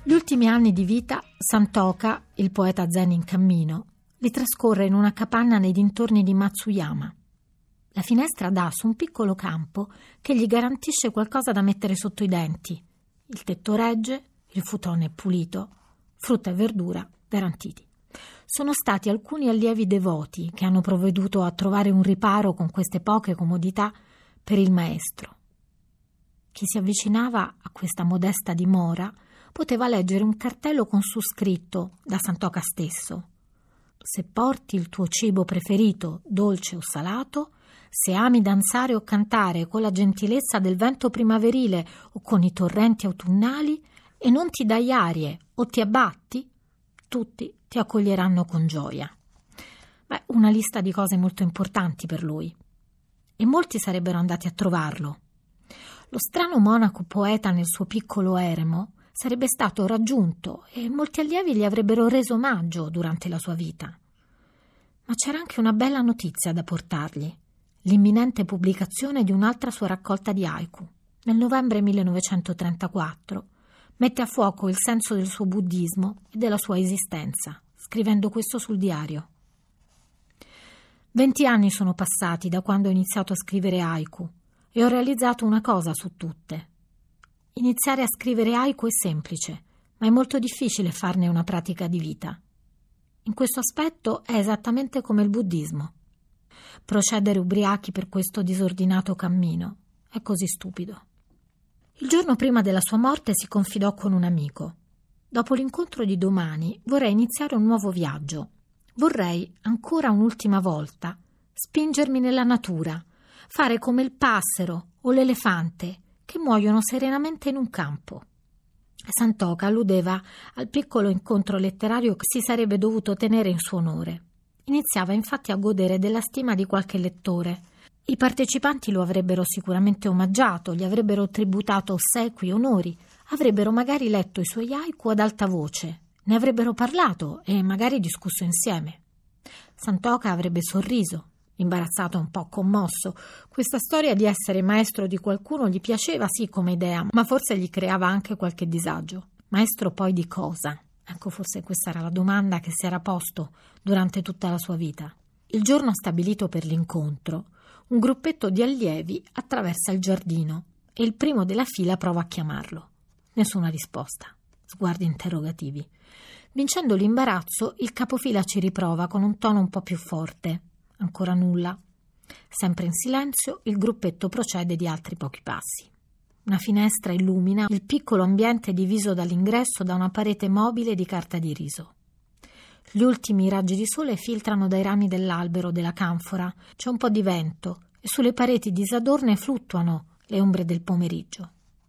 Gli ultimi anni di vita Santoka, il poeta zen in cammino, li trascorre in una capanna nei dintorni di Matsuyama. La finestra dà su un piccolo campo che gli garantisce qualcosa da mettere sotto i denti. Il tetto regge, il futone è pulito, frutta e verdura garantiti. Sono stati alcuni allievi devoti che hanno provveduto a trovare un riparo con queste poche comodità per il maestro. Chi si avvicinava a questa modesta dimora poteva leggere un cartello con su scritto da Santoka stesso: se porti il tuo cibo preferito, dolce o salato, se ami danzare o cantare con la gentilezza del vento primaverile o con i torrenti autunnali e non ti dai arie o ti abbatti, tutti ti accoglieranno con gioia. Una lista di cose molto importanti per lui. E molti sarebbero andati a trovarlo. Lo strano monaco poeta nel suo piccolo eremo sarebbe stato raggiunto e molti allievi gli avrebbero reso omaggio durante la sua vita. Ma c'era anche una bella notizia da portargli: l'imminente pubblicazione di un'altra sua raccolta di haiku. Nel novembre 1934 mette a fuoco il senso del suo buddismo e della sua esistenza, scrivendo questo sul diario. 20 anni sono passati da quando ho iniziato a scrivere haiku e ho realizzato una cosa su tutte. Iniziare a scrivere haiku è semplice, ma è molto difficile farne una pratica di vita. In questo aspetto è esattamente come il buddismo. Procedere ubriachi per questo disordinato cammino è così stupido. Il giorno prima della sua morte si confidò con un amico. Dopo l'incontro di domani vorrei iniziare un nuovo viaggio. Vorrei, ancora un'ultima volta, spingermi nella natura, fare come il passero o l'elefante che muoiono serenamente in un campo. Santoka alludeva al piccolo incontro letterario che si sarebbe dovuto tenere in suo onore. Iniziava infatti a godere della stima di qualche lettore. I partecipanti lo avrebbero sicuramente omaggiato, gli avrebbero tributato ossequi e onori, avrebbero magari letto i suoi haiku ad alta voce, ne avrebbero parlato e magari discusso insieme. Santoka avrebbe sorriso, imbarazzato e un po' commosso. Questa storia di essere maestro di qualcuno gli piaceva sì come idea, ma forse gli creava anche qualche disagio. Maestro poi di cosa? Ecco, forse questa era la domanda che si era posto durante tutta la sua vita. Il giorno stabilito per l'incontro, un gruppetto di allievi attraversa il giardino e il primo della fila prova a chiamarlo. Nessuna risposta. Sguardi interrogativi. Vincendo l'imbarazzo, il capofila ci riprova con un tono un po' più forte. Ancora nulla. Sempre in silenzio, il gruppetto procede di altri pochi passi. Una finestra illumina il piccolo ambiente diviso dall'ingresso da una parete mobile di carta di riso. Gli ultimi raggi di sole filtrano dai rami dell'albero della canfora, c'è un po' di vento e sulle pareti disadorne fluttuano le ombre del pomeriggio.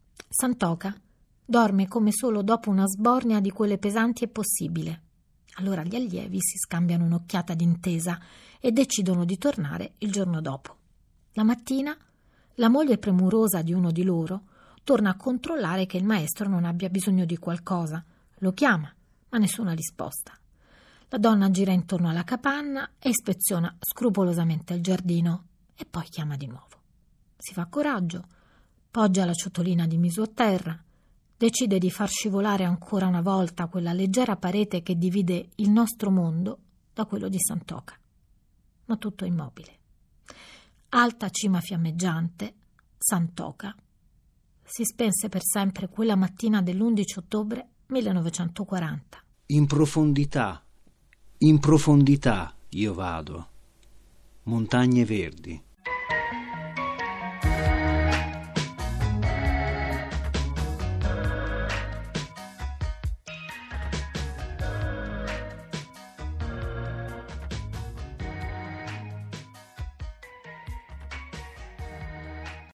Santoka dorme come solo dopo una sbornia di quelle pesanti è possibile. Allora gli allievi si scambiano un'occhiata d'intesa e decidono di tornare il giorno dopo. La mattina la moglie premurosa di uno di loro torna a controllare che il maestro non abbia bisogno di qualcosa. Lo chiama, ma nessuna risposta. La donna gira intorno alla capanna e ispeziona scrupolosamente il giardino e poi chiama di nuovo. Si fa coraggio, poggia la ciotolina di miso a terra, decide di far scivolare ancora una volta quella leggera parete che divide il nostro mondo da quello di Santoka. Ma tutto immobile. Alta cima fiammeggiante, Santoka si spense per sempre quella mattina dell'11 ottobre 1940. In profondità io vado, montagne verdi,